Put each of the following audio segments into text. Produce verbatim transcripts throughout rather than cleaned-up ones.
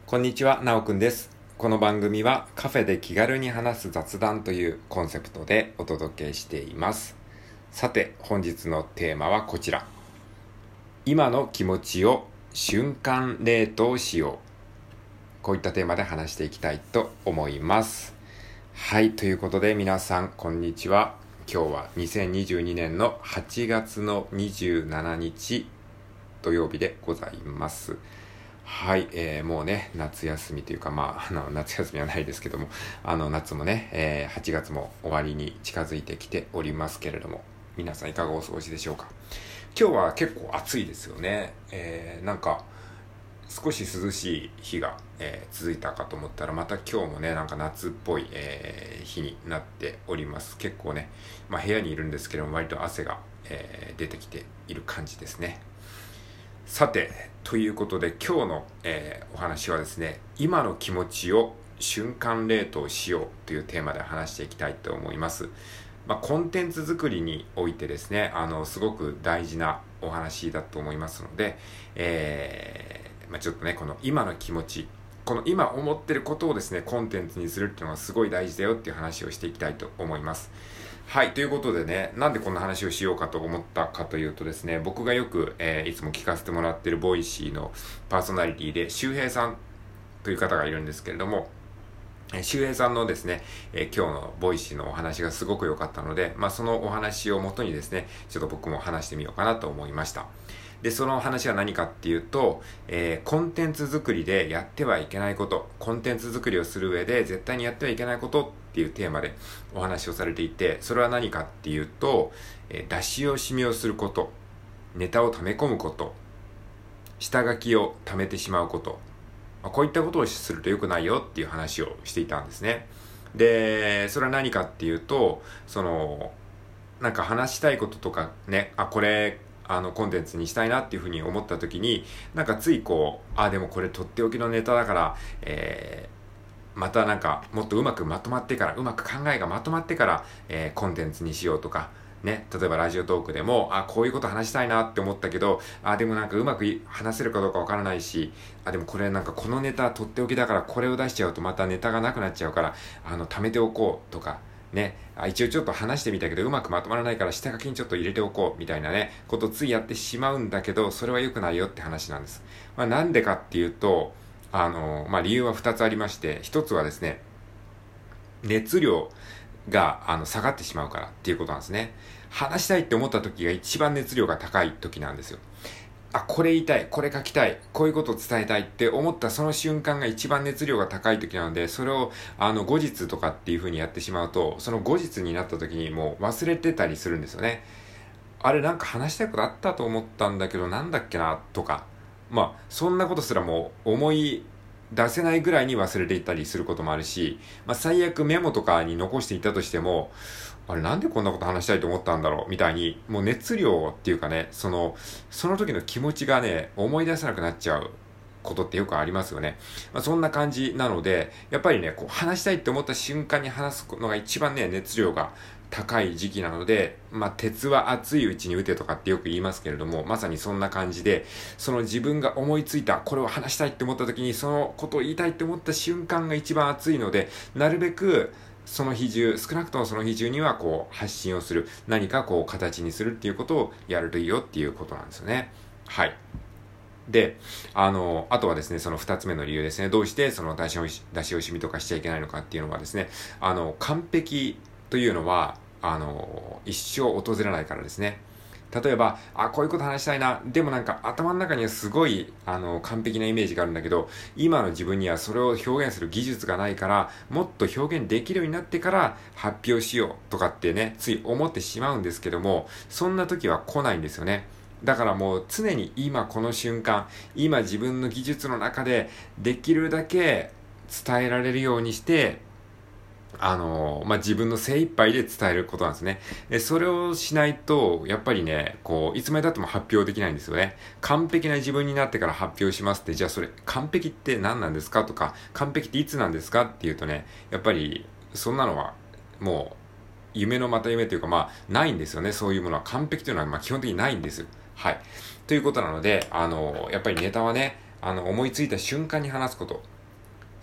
こんにちは、なおくんです。この番組はカフェで気軽に話す雑談というコンセプトでお届けしています。さて、本日のテーマはこちら。今の気持ちを瞬間冷凍しよう。こういったテーマで話していきたいと思います。はい、ということで皆さん、こんにちは。今日はにせんにじゅうにねんのはちがつのにじゅうしちにち土曜日でございます。はい、えー、もうね、夏休みというか、まあ、あの、夏休みはないですけども、あの、夏もね、えー、はちがつも終わりに近づいてきておりますけれども、皆さんいかがお過ごしでしょうか。今日は結構暑いですよね。えー、なんか、少し涼しい日が、えー、続いたかと思ったら、また今日もね、なんか夏っぽい、えー、日になっております。結構ね、まあ部屋にいるんですけども、割と汗が、えー、出てきている感じですね。さて、ということで今日の、えー、お話はですね、今の気持ちを瞬間冷凍しようというテーマで話していきたいと思います。まあ、コンテンツ作りにおいてですね、あの、すごく大事なお話だと思いますので、えー、まあ、ちょっとね、この今の気持ち、この今思ってることをですね、コンテンツにするっていうのがすごい大事だよっていう話をしていきたいと思います。はい。ということでね、なんでこんな話をしようかと思ったかというとですね、僕がよく、えー、いつも聞かせてもらっているボイシーのパーソナリティで、周平さんという方がいるんですけれども、えー、周平さんのですね、えー、今日のボイシーのお話がすごく良かったので、まあ、そのお話をもとにですね、ちょっと僕も話してみようかなと思いました。で、その話は何かっていうと、えー、コンテンツ作りでやってはいけないこと、コンテンツ作りをする上で絶対にやってはいけないことっていうテーマでお話をされていて、それは何かっていうと、えー、出し惜しみをすること、ネタを溜め込むこと、下書きを溜めてしまうこと、まあ、こういったことをすると良くないよっていう話をしていたんですね。で、それは何かっていうと、その、なんか話したいこととかね、あ、これ、あの、コンテンツにしたいなっていうふうに思った時に、なんかついこう、あ、でもこれとっておきのネタだから、えー、またなんか、もっとうまくまとまってから、うまく考えがまとまってから、えー、コンテンツにしようとか、ね、例えばラジオトークでも、あ、こういうこと話したいなって思ったけど、あ、でもなんかうまく話せるかどうかわからないし、あ、でもこれなんかこのネタとっておきだからこれを出しちゃうとまたネタがなくなっちゃうから、あの、貯めておこうとか、ね、あ一応ちょっと話してみたけどうまくまとまらないから下書きにちょっと入れておこうみたいなね、ことをついやってしまうんだけど、それは良くないよって話なんです。まあなんでかっていうと、あの、まあ理由はふたつありまして、ひとつはですね、熱量があの下がってしまうからっていうことなんですね。話したいって思った時が一番熱量が高い時なんですよ。あ、これ言いたい、これ書きたい、こういうことを伝えたいって思ったその瞬間が一番熱量が高い時なので、それをあの後日とかっていう風にやってしまうと、その後日になった時にもう忘れてたりするんですよね。あれなんか話したいことあったと思ったんだけどなんだっけなとか、まあそんなことすらもう思い出せないぐらいに忘れていたりすることもあるし、まあ最悪メモとかに残していたとしても、あれなんでこんなこと話したいと思ったんだろうみたいに、もう熱量っていうかね、その、その時の気持ちがね、思い出せなくなっちゃうことってよくありますよね。まあ、そんな感じなので、やっぱりね、こう話したいって思った瞬間に話すのが一番ね、熱量が高い時期なので、まあ、鉄は熱いうちに打てとかってよく言いますけれども、まさにそんな感じで、その自分が思いついた、これを話したいって思った時に、そのことを言いたいって思った瞬間が一番熱いので、なるべく、その日中、少なくともその日中にはこう発信をする、何かこう形にするっていうことをやるといいよっていうことなんですよね。はい。で、あの、あとはですね、その二つ目の理由ですね、どうしてその出し惜し出し惜しみとかしちゃいけないのかっていうのはですね、あの、完璧というのは、あの、一生訪れないからですね。例えば、あ、こういうこと話したいな。でもなんか頭の中にはすごい、あの、完璧なイメージがあるんだけど、今の自分にはそれを表現する技術がないから、もっと表現できるようになってから発表しようとかってね、つい思ってしまうんですけども、そんな時は来ないんですよね。だからもう常に今この瞬間、今自分の技術の中でできるだけ伝えられるようにして、あの、まあ、自分の精一杯で伝えることなんですね。で、それをしないと、やっぱりね、こう、いつまで経っても発表できないんですよね。完璧な自分になってから発表しますって、じゃあそれ、完璧って何なんですかとか、完璧っていつなんですかっていうとね、やっぱり、そんなのは、もう、夢のまた夢というか、まあ、ないんですよね。そういうものは。完璧というのは、まあ、基本的にないんですよ。はい。ということなので、あの、やっぱりネタはね、あの、思いついた瞬間に話すこと。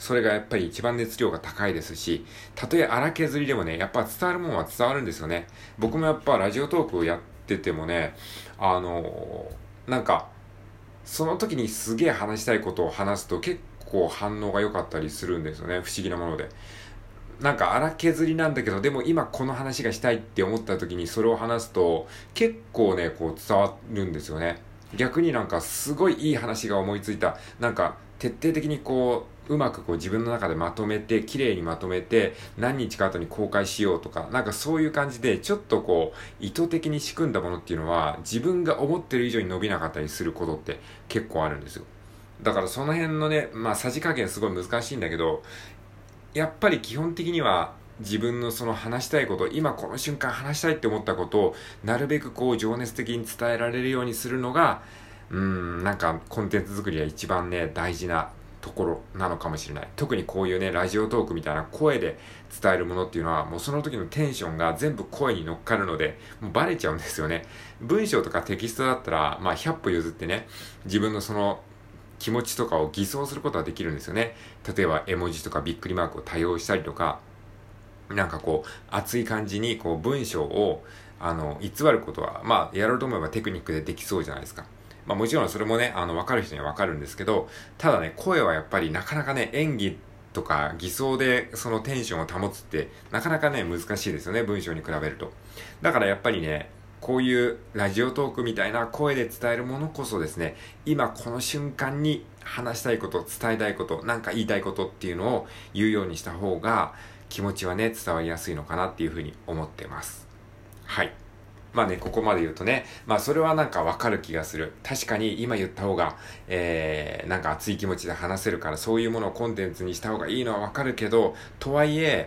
それがやっぱり一番熱量が高いですし、たとえ荒削りでもね、やっぱ伝わるものは伝わるんですよね。僕もやっぱラジオトークをやっててもね、あのー、なんか、その時にすげえ話したいことを話すと結構反応が良かったりするんですよね。不思議なもので。なんか荒削りなんだけど、でも今この話がしたいって思った時にそれを話すと結構ね、こう伝わるんですよね。逆になんかすごいいい話が思いついた。なんか徹底的にこう、うまくこう自分の中でまとめて、綺麗にまとめて、何日か後に公開しようとか、なんかそういう感じで、ちょっとこう、意図的に仕組んだものっていうのは、自分が思ってる以上に伸びなかったりすることって結構あるんですよ。だからその辺のね、まあさじ加減すごい難しいんだけど、やっぱり基本的には自分のその話したいこと、今この瞬間話したいって思ったことをなるべくこう情熱的に伝えられるようにするのが、うーん、なんかコンテンツ作りは一番ね、大事なところなのかもしれない。特にこういうね、ラジオトークみたいな声で伝えるものっていうのは、もうその時のテンションが全部声に乗っかるので、もうバレちゃうんですよね。文章とかテキストだったら、まあひゃっぽ譲ってね、自分のその気持ちとかを偽装することができるんですよね。例えば絵文字とかびっくりマークを多用したりとか、なんかこう熱い感じにこう文章をあの偽ることは、まあやろうと思えばテクニックでできそうじゃないですか。まあもちろんそれもね、あの分かる人には分かるんですけど、ただね、声はやっぱりなかなかね、演技とか偽装でそのテンションを保つってなかなかね、難しいですよね、文章に比べると。だからやっぱりね、こういうラジオトークみたいな声で伝えるものこそですね、今この瞬間に話したいこと、伝えたいこと、なんか言いたいことっていうのを言うようにした方が気持ちはね、伝わりやすいのかなっていうふうに思ってます。はい。まあね、ここまで言うとね、まあそれはなんかわかる気がする。確かに今言った方が、えー、なんか熱い気持ちで話せるから、そういうものをコンテンツにした方がいいのはわかるけど、とはいえ、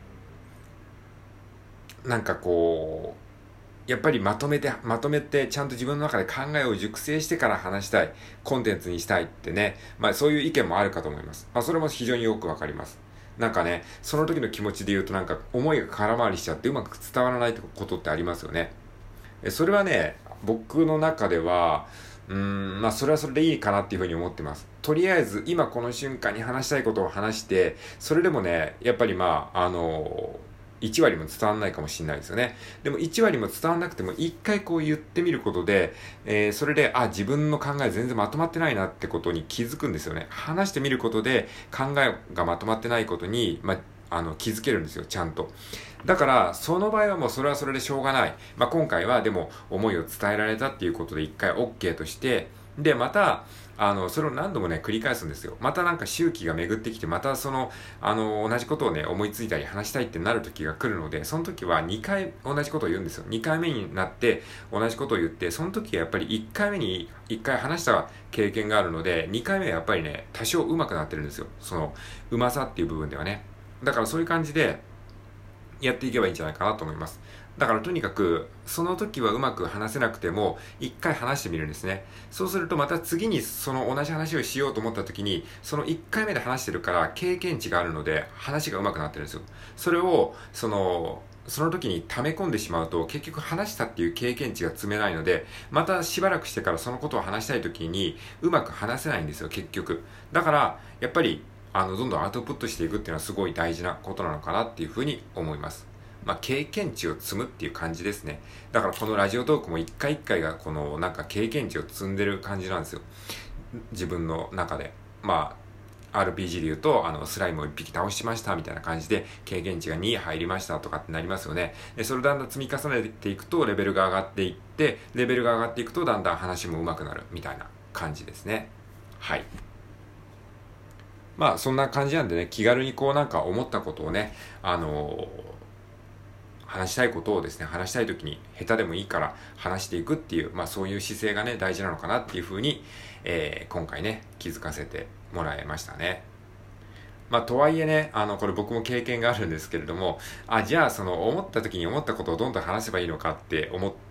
なんかこう、やっぱりまとめて、まとめて、ちゃんと自分の中で考えを熟成してから話したい、コンテンツにしたいってね、まあそういう意見もあるかと思います。まあそれも非常によくわかります。なんかね、その時の気持ちで言うとなんか思いが空回りしちゃってうまく伝わらないことってありますよね。それはね、僕の中では、うーん、まあそれはそれでいいかなっていうふうに思ってます。とりあえず今この瞬間に話したいことを話して、それでもね、やっぱりまあ、あのいち割も伝わんないかもしれないですよね。でもいち割も伝わんなくても一回こう言ってみることで、えー、それで、あ、自分の考え全然まとまってないなってことに気づくんですよね。話してみることで考えがまとまってないことに、まあ、あの気づけるんですよ、ちゃんと。だから、その場合はもうそれはそれでしょうがない。まあ、今回はでも思いを伝えられたっていうことで一回 OK として、で、また、あの、それを何度もね、繰り返すんですよ。またなんか周期が巡ってきて、またその、あの、同じことをね、思いついたり話したいってなる時が来るので、その時はにかい同じことを言うんですよ。にかいめになって同じことを言って、その時はやっぱりいっかいめにいっかい話した経験があるので、にかいめはやっぱりね、多少上手くなってるんですよ。その、うまさっていう部分ではね。だからそういう感じで、やっていけばいいんじゃないかなと思います。だからとにかく、その時はうまく話せなくても、一回話してみるんですね。そうするとまた次にその同じ話をしようと思った時に、その一回目で話してるから経験値があるので、話がうまくなってるんですよ。それを、その、その時に溜め込んでしまうと、結局話したっていう経験値が積めないので、またしばらくしてからそのことを話したい時に、うまく話せないんですよ、結局。だから、やっぱり、あの、どんどんアウトプットしていくっていうのはすごい大事なことなのかなっていうふうに思います。まあ、経験値を積むっていう感じですね。だからこのラジオトークも一回一回がこのなんか経験値を積んでる感じなんですよ。自分の中で。まあ、アールピージー で言うと、あの、スライムを一匹倒しましたみたいな感じで、経験値がに入りましたとかってなりますよね。で、それをだんだん積み重ねていくと、レベルが上がっていって、レベルが上がっていくと、だんだん話も上手くなるみたいな感じですね。はい。まあ、そんな感じなんでね、気軽にこうなんか思ったことをね、あのー話したいことをですね、話したい時に下手でもいいから話していくっていう、まあそういう姿勢がね、大事なのかなっていうふうに、えー、今回ね、気づかせてもらいましたね。まあとはいえね、あの、これ僕も経験があるんですけれども、あ、じゃあその思った時に思ったことをどんどん話せばいいのかって思って、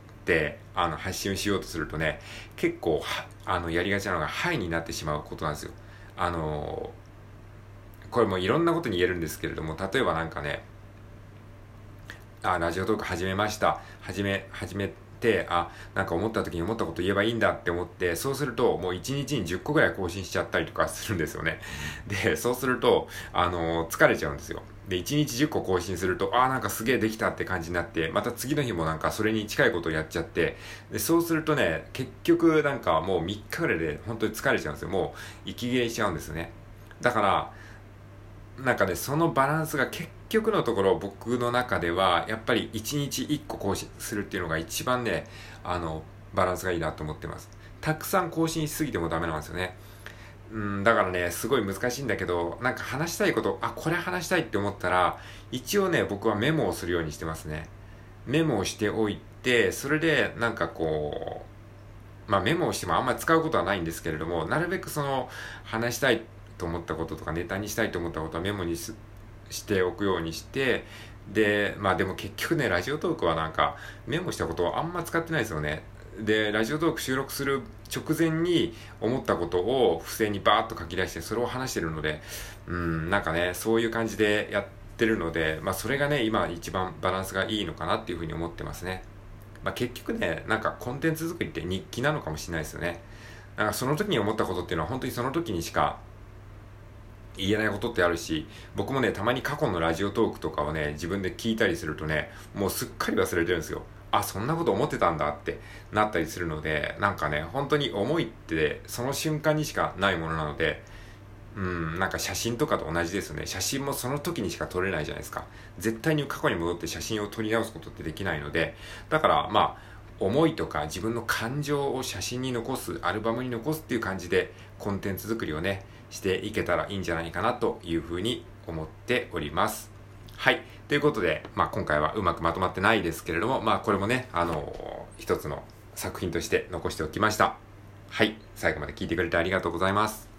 あの、発信しようとするとね、結構、あの、やりがちなのが、はいになってしまうことなんですよ。あのー、これもいろんなことに言えるんですけれども、例えばなんかね、あ、ラジオトーク始めました。始め、始め 、あ、なんか思った時に思ったこと言えばいいんだって思って、そうするともういちにちにじゅっこぐらい更新しちゃったりとかするんですよね。で、そうすると、あのー、疲れちゃうんですよ。で、いちにちじゅっこ更新すると、あーなんかすげえできたって感じになって、また次の日もなんかそれに近いことをやっちゃって、で、そうするとね、結局なんかもうみっかぐらいで本当に疲れちゃうんですよ。もう息切れしちゃうんですね。だから、なんかね、そのバランスが結局のところ僕の中では、やっぱりいちにちいっこ更新するっていうのが一番ね、あの、バランスがいいなと思ってます。たくさん更新しすぎてもダメなんですよね。うん、だからね、すごい難しいんだけど、なんか話したいこと、あ、これ話したいって思ったら、一応ね、僕はメモをするようにしてますね。メモをしておいて、それで、なんかこう、まあメモをしてもあんまり使うことはないんですけれども、なるべくその、話したいと思ったこととか、ネタにしたいと思ったことはメモにすしておくようにして、で、まあでも結局ね、ラジオトークはなんか、メモしたことをあんま使ってないですよね。で、ラジオトーク収録する直前に思ったことを付箋にバーッと書き出して、それを話してるので、うん、なんかね、そういう感じでやってるので、まあそれがね、今一番バランスがいいのかなっていうふうに思ってますね。まあ結局ね、なんかコンテンツ作りって日記なのかもしれないですよね。なんかその時に思ったことっていうのは本当にその時にしか言えないことってあるし、僕もね、たまに過去のラジオトークとかをね、自分で聞いたりするとね、もうすっかり忘れてるんですよ。あ、そんなこと思ってたんだってなったりするので、なんかね、本当に思いってその瞬間にしかないものなので、うん、なんか写真とかと同じですよね。写真もその時にしか撮れないじゃないですか。絶対に過去に戻って写真を撮り直すことってできないので、だからまあ、思いとか自分の感情を写真に残す、アルバムに残すっていう感じでコンテンツ作りをね、していけたらいいんじゃないかなというふうに思っております。はい。ということで、まあ今回はうまくまとまってないですけれども、まあこれもね、あのー、一つの作品として残しておきました。はい。最後まで聞いてくれてありがとうございます。